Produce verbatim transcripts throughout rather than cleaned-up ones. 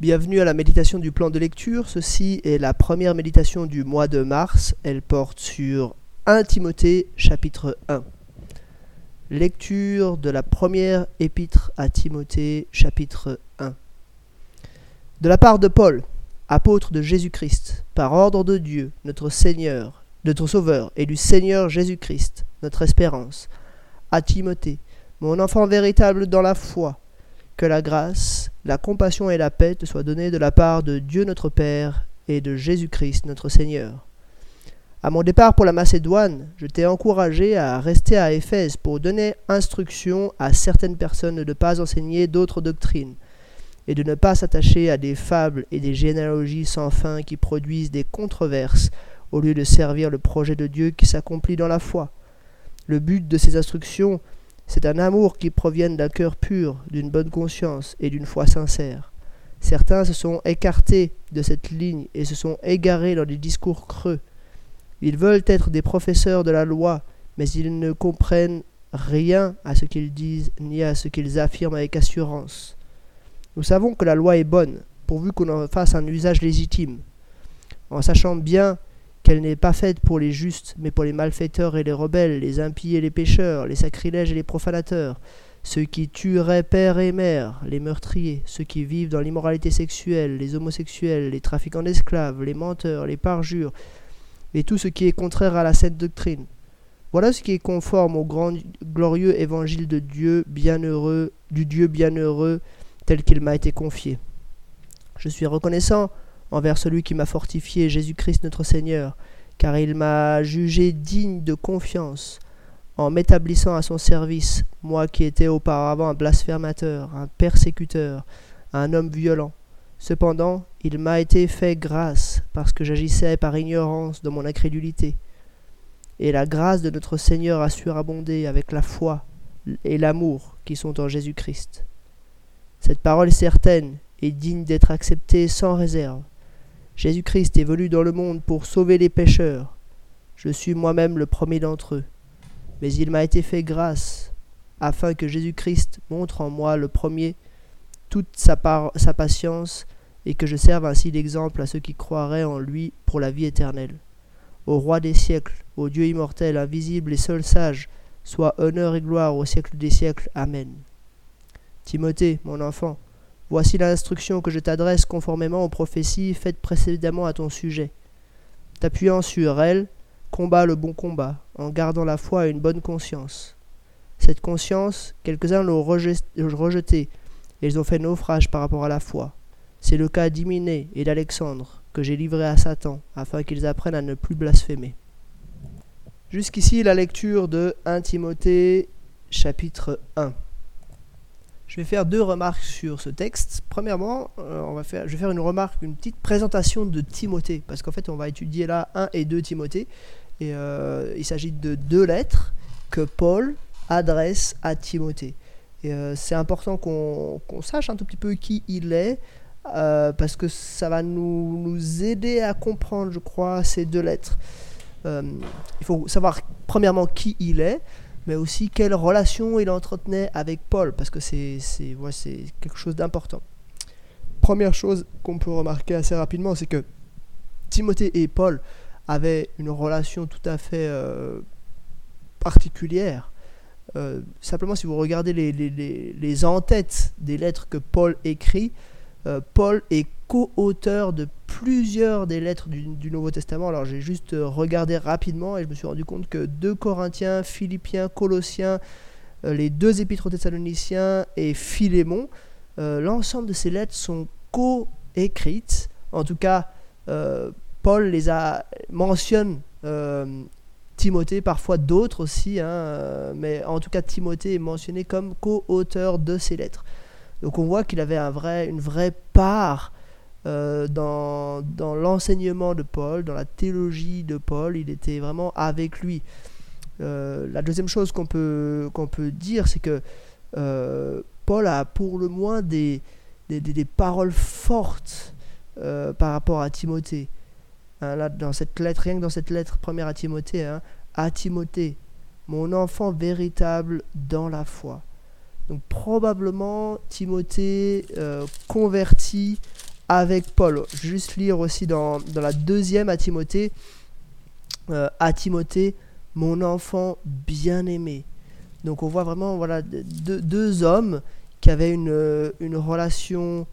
Bienvenue à la méditation du plan de lecture. Ceci est la première méditation du mois de mars. Elle porte sur premier Timothée chapitre un. Lecture de la première épître à Timothée chapitre un. De la part de Paul, apôtre de Jésus-Christ, par ordre de Dieu, notre Seigneur, notre Sauveur, et du Seigneur Jésus-Christ, notre espérance, à Timothée, mon enfant véritable dans la foi, que la grâce, la compassion et la paix te soient données de la part de Dieu notre Père et de Jésus-Christ notre Seigneur. À mon départ pour la Macédoine, je t'ai encouragé à rester à Éphèse pour donner instruction à certaines personnes de ne pas enseigner d'autres doctrines et de ne pas s'attacher à des fables et des généalogies sans fin qui produisent des controverses au lieu de servir le projet de Dieu qui s'accomplit dans la foi. Le but de ces instructions, c'est un amour qui provienne d'un cœur pur, d'une bonne conscience et d'une foi sincère. Certains se sont écartés de cette ligne et se sont égarés dans des discours creux. Ils veulent être des professeurs de la loi, mais ils ne comprennent rien à ce qu'ils disent ni à ce qu'ils affirment avec assurance. Nous savons que la loi est bonne, pourvu qu'on en fasse un usage légitime, en sachant bien qu'elle n'est pas faite pour les justes, mais pour les malfaiteurs et les rebelles, les impies et les pécheurs, les sacrilèges et les profanateurs, ceux qui tueraient père et mère, les meurtriers, ceux qui vivent dans l'immoralité sexuelle, les homosexuels, les trafiquants d'esclaves, les menteurs, les parjures, et tout ce qui est contraire à la sainte doctrine. Voilà ce qui est conforme au grand, glorieux évangile de Dieu bienheureux, du Dieu bienheureux, tel qu'il m'a été confié. Je suis reconnaissant envers celui qui m'a fortifié, Jésus-Christ notre Seigneur, car il m'a jugé digne de confiance, en m'établissant à son service, moi qui étais auparavant un blasphémateur, un persécuteur, un homme violent. Cependant, il m'a été fait grâce, parce que j'agissais par ignorance dans mon incrédulité. Et la grâce de notre Seigneur a surabondé avec la foi et l'amour qui sont en Jésus-Christ. Cette parole est certaine et digne d'être acceptée sans réserve. Jésus-Christ est venu dans le monde pour sauver les pécheurs. Je suis moi-même le premier d'entre eux. Mais il m'a été fait grâce, afin que Jésus-Christ montre en moi le premier toute sa, par- sa patience, et que je serve ainsi d'exemple à ceux qui croiraient en lui pour la vie éternelle. Au roi des siècles, au Dieu immortel, invisible et seul sage, soit honneur et gloire au siècle des siècles. Amen. Timothée, mon enfant, voici l'instruction que je t'adresse conformément aux prophéties faites précédemment à ton sujet. T'appuyant sur elles, combat le bon combat, en gardant la foi et une bonne conscience. Cette conscience, quelques-uns l'ont rejetée, et ils ont fait naufrage par rapport à la foi. C'est le cas d'Hyménée et d'Alexandre, que j'ai livrés à Satan, afin qu'ils apprennent à ne plus blasphémer. Jusqu'ici, la lecture de premier Timothée, chapitre un. Je vais faire deux remarques sur ce texte. Premièrement, euh, on va faire, je vais faire une remarque, une petite présentation de Timothée, parce qu'en fait, on va étudier là un et deux Timothée, et euh, il s'agit de deux lettres que Paul adresse à Timothée. Et euh, c'est important qu'on, qu'on sache un tout petit peu qui il est, euh, parce que ça va nous, nous aider à comprendre, je crois, ces deux lettres. Euh, il faut savoir, premièrement, qui il est, mais aussi quelle relation il entretenait avec Paul, parce que c'est, c'est, ouais, c'est quelque chose d'important. Première chose qu'on peut remarquer assez rapidement, c'est que Timothée et Paul avaient une relation tout à fait euh, particulière. Euh, simplement, si vous regardez les, les, les, les en-têtes des lettres que Paul écrit, euh, Paul est co-auteur de plusieurs des lettres du, du Nouveau Testament. Alors j'ai juste regardé rapidement et je me suis rendu compte que deux Corinthiens, Philippiens, Colossiens, euh, les deux épîtres aux Thessaloniciens et Philémon, euh, l'ensemble de ces lettres sont co-écrites. En tout cas, euh, Paul les a mentionne euh, Timothée, parfois d'autres aussi, hein, euh, mais en tout cas Timothée est mentionné comme co-auteur de ces lettres. Donc on voit qu'il avait un vrai, une vraie part euh, dans, dans l'enseignement de Paul, dans la théologie de Paul. Il était vraiment avec lui. Euh, la deuxième chose qu'on peut, qu'on peut dire, c'est que euh, Paul a pour le moins des, des, des, des paroles fortes euh, par rapport à Timothée. Hein, là, dans cette lettre, rien que dans cette lettre première à Timothée, hein, à Timothée, mon enfant véritable dans la foi. Donc probablement Timothée euh, converti avec Paul. Je vais juste lire aussi dans, dans la deuxième à Timothée, euh, à Timothée, mon enfant bien-aimé. Donc on voit vraiment voilà, deux, deux hommes qui avaient une, une relation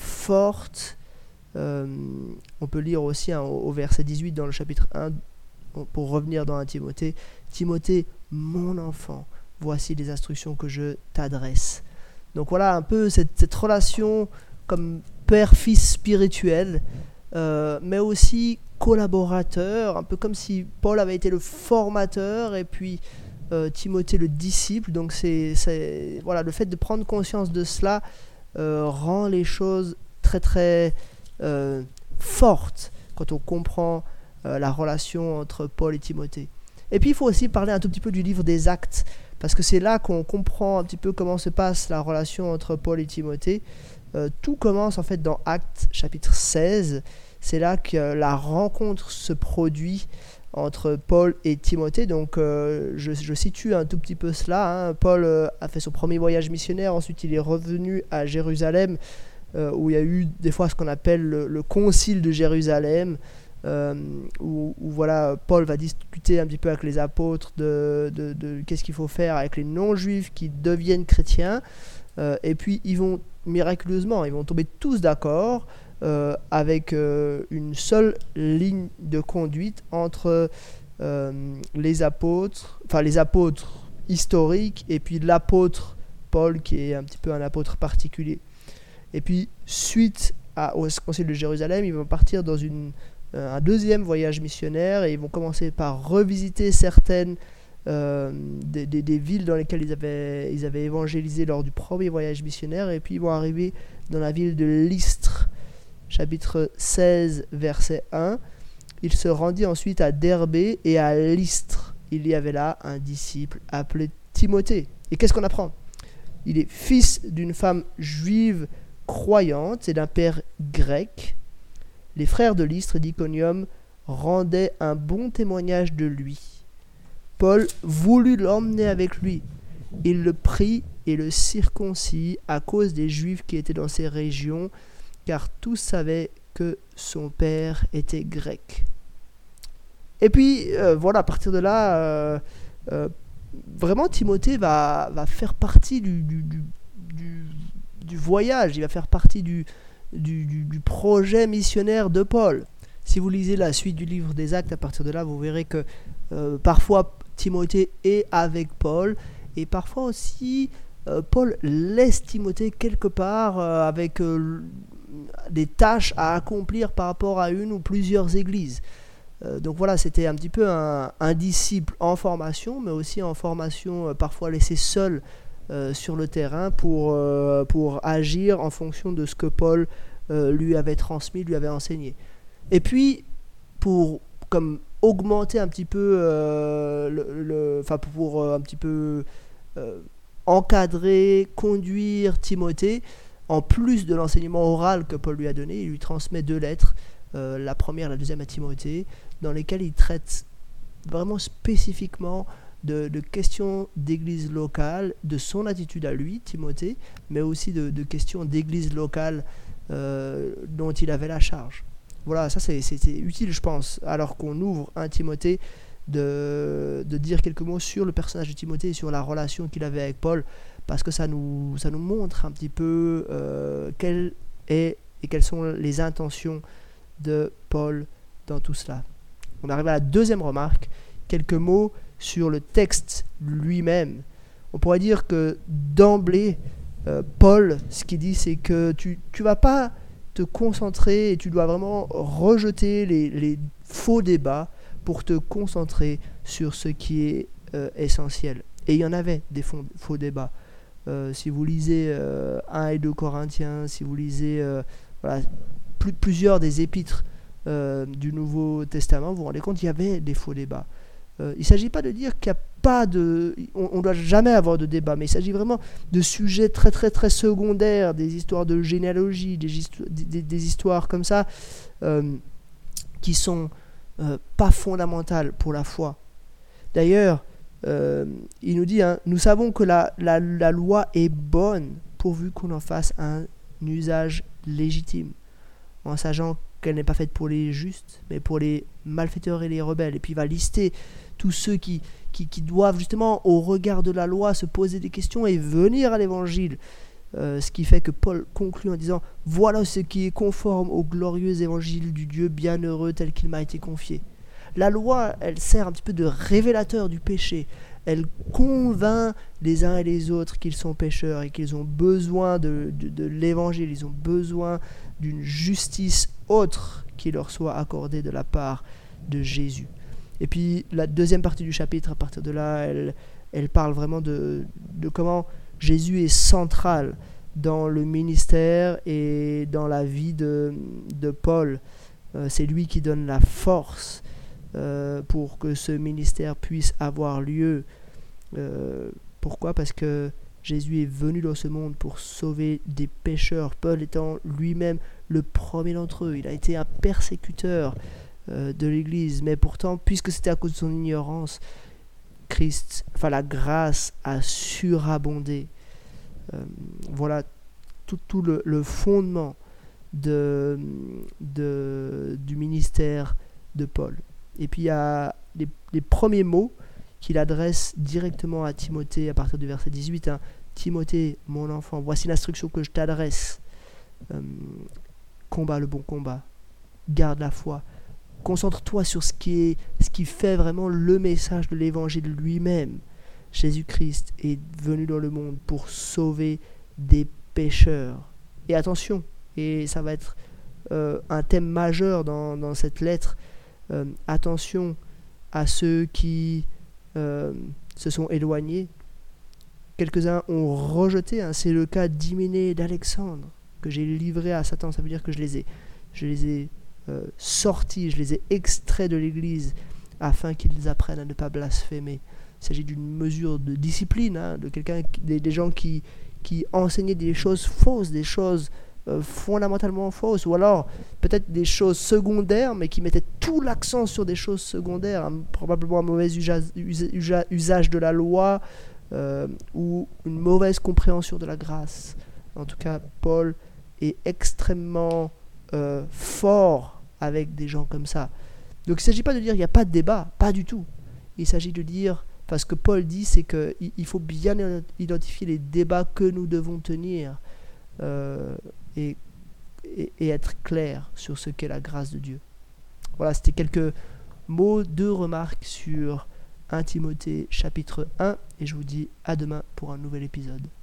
forte. Euh, on peut lire aussi hein, au, au verset dix-huit dans le chapitre un, pour revenir dans un Timothée. Timothée, mon enfant, voici les instructions que je t'adresse. Donc voilà un peu cette, cette relation comme père-fils spirituel, euh, mais aussi collaborateur, un peu comme si Paul avait été le formateur et puis euh, Timothée le disciple. Donc c'est, c'est voilà, le fait de prendre conscience de cela euh, rend les choses très très euh, fortes quand on comprend euh, la relation entre Paul et Timothée. Et puis il faut aussi parler un tout petit peu du livre des Actes, parce que c'est là qu'on comprend un petit peu comment se passe la relation entre Paul et Timothée. Euh, tout commence en fait dans Actes chapitre seize. C'est là que euh, la rencontre se produit entre Paul et Timothée. Donc euh, je, je situe un tout petit peu cela. Hein. Paul euh, a fait son premier voyage missionnaire. Ensuite il est revenu à Jérusalem, euh, où il y a eu des fois ce qu'on appelle le, le concile de Jérusalem. Euh, où, où voilà, Paul va discuter un petit peu avec les apôtres de, de, de qu'est-ce qu'il faut faire avec les non-juifs qui deviennent chrétiens, euh, et puis ils vont miraculeusement, ils vont tomber tous d'accord euh, avec euh, une seule ligne de conduite entre euh, les apôtres, enfin les apôtres historiques et puis l'apôtre Paul qui est un petit peu un apôtre particulier. Et puis suite à, au concile de Jérusalem, ils vont partir dans une un deuxième voyage missionnaire et ils vont commencer par revisiter certaines euh, des, des, des villes dans lesquelles ils avaient, ils avaient évangélisé lors du premier voyage missionnaire, et puis ils vont arriver dans la ville de Lystre, chapitre seize, verset un. Il se rendit ensuite à Derbé, et à Lystre, il y avait là un disciple appelé Timothée. Et qu'est-ce qu'on apprend ? Il est fils d'une femme juive croyante et d'un père grec. Les frères de Lystre et d'Iconium rendaient un bon témoignage de lui. Paul voulut l'emmener avec lui. Il le prit et le circoncit à cause des Juifs qui étaient dans ces régions, car tous savaient que son père était grec. Et puis, euh, voilà, à partir de là, euh, euh, vraiment Timothée va, va faire partie du, du, du, du, du voyage, il va faire partie du... Du, du, du projet missionnaire de Paul. Si vous lisez la suite du livre des Actes, à partir de là, vous verrez que euh, parfois Timothée est avec Paul, et parfois aussi euh, Paul laisse Timothée quelque part euh, avec euh, des tâches à accomplir par rapport à une ou plusieurs églises. Euh, donc voilà, c'était un petit peu un, un disciple en formation, mais aussi en formation euh, parfois laissé seul Euh, sur le terrain pour, euh, pour agir en fonction de ce que Paul euh, lui avait transmis, lui avait enseigné. Et puis, pour comme augmenter un petit peu, euh, le, le, enfin pour euh, un petit peu euh, encadrer, conduire Timothée, en plus de l'enseignement oral que Paul lui a donné, il lui transmet deux lettres, euh, la première, la deuxième à Timothée, dans lesquelles il traite vraiment spécifiquement De, de questions d'église locale, de son attitude à lui, Timothée, mais aussi de, de questions d'église locale euh, dont il avait la charge. Voilà, ça c'est, c'était utile, je pense, alors qu'on ouvre un Timothée, de, de dire quelques mots sur le personnage de Timothée et sur la relation qu'il avait avec Paul, parce que ça nous, ça nous montre un petit peu euh, quelle est et quelles sont les intentions de Paul dans tout cela. On arrive à la deuxième remarque, quelques mots sur le texte lui-même. On pourrait dire que d'emblée, euh, Paul, ce qu'il dit, c'est que tu ne vas pas te concentrer et tu dois vraiment rejeter les, les faux débats pour te concentrer sur ce qui est euh, essentiel. Et il y en avait des faux, faux débats. Euh, si vous lisez euh, un et deux Corinthiens, si vous lisez euh, voilà, plus, plusieurs des épîtres euh, du Nouveau Testament, vous vous rendez compte qu'il y avait des faux débats. Euh, il ne s'agit pas de dire qu'il n'y a pas de... On ne doit jamais avoir de débat, mais il s'agit vraiment de sujets très très très secondaires, des histoires de généalogie, des, histo- des, des histoires comme ça, euh, qui sont euh, pas fondamentales pour la foi. D'ailleurs, euh, il nous dit, hein, nous savons que la, la, la loi est bonne pourvu qu'on en fasse un usage légitime. en sachant qu'elle n'est pas faite pour les justes, mais pour les malfaiteurs et les rebelles. Et puis il va lister tous ceux qui, qui, qui doivent justement, au regard de la loi, se poser des questions et venir à l'évangile. Euh, ce qui fait que Paul conclut en disant « Voilà ce qui est conforme au glorieux évangile du Dieu bienheureux tel qu'il m'a été confié. » La loi, elle sert un petit peu de révélateur du péché. Elle convainc les uns et les autres qu'ils sont pécheurs et qu'ils ont besoin de, de, de l'évangile, ils ont besoin d'une justice autre qui leur soit accordée de la part de Jésus. Et puis la deuxième partie du chapitre, à partir de là, elle, elle parle vraiment de, de comment Jésus est central dans le ministère et dans la vie de, de Paul. Euh, c'est lui qui donne la force euh, pour que ce ministère puisse avoir lieu. Euh, pourquoi ? Parce que Jésus est venu dans ce monde pour sauver des pécheurs, Paul étant lui-même le premier d'entre eux. Il a été un persécuteur euh, de l'Église, mais pourtant, puisque c'était à cause de son ignorance, Christ, enfin la grâce a surabondé. Euh, voilà tout, tout le, le fondement de, de, du ministère de Paul. Et puis il y a les, les premiers mots qu'il adresse directement à Timothée à partir du verset dix-huit. Hein. Timothée, mon enfant, voici l'instruction que je t'adresse. Euh, combat le bon combat, garde la foi. Concentre-toi sur ce qui, est, ce qui fait vraiment le message de l'évangile lui-même. Jésus-Christ est venu dans le monde pour sauver des pécheurs. Et attention, et ça va être euh, un thème majeur dans, dans cette lettre, euh, attention à ceux qui euh, se sont éloignés. Quelques-uns ont rejeté, hein, c'est le cas d'Hyménée et d'Alexandre, que j'ai livré à Satan. Ça veut dire que je les ai, je les ai Euh, sortis, je les ai extraits de l'Église afin qu'ils apprennent à ne pas blasphémer. Il s'agit d'une mesure de discipline, hein, de quelqu'un, des, des gens qui, qui enseignaient des choses fausses, des choses euh, fondamentalement fausses, ou alors peut-être des choses secondaires, mais qui mettaient tout l'accent sur des choses secondaires, hein, probablement un mauvais usage, usage, usage de la loi euh, ou une mauvaise compréhension de la grâce. En tout cas, Paul est extrêmement Euh, fort avec des gens comme ça. Donc il ne s'agit pas de dire qu'il n'y a pas de débat, pas du tout. Il s'agit de dire, parce que Paul dit, c'est qu'il il faut bien identifier les débats que nous devons tenir euh, et, et, et être clair sur ce qu'est la grâce de Dieu. Voilà, c'était quelques mots, deux remarques sur premier Timothée chapitre un, et je vous dis à demain pour un nouvel épisode.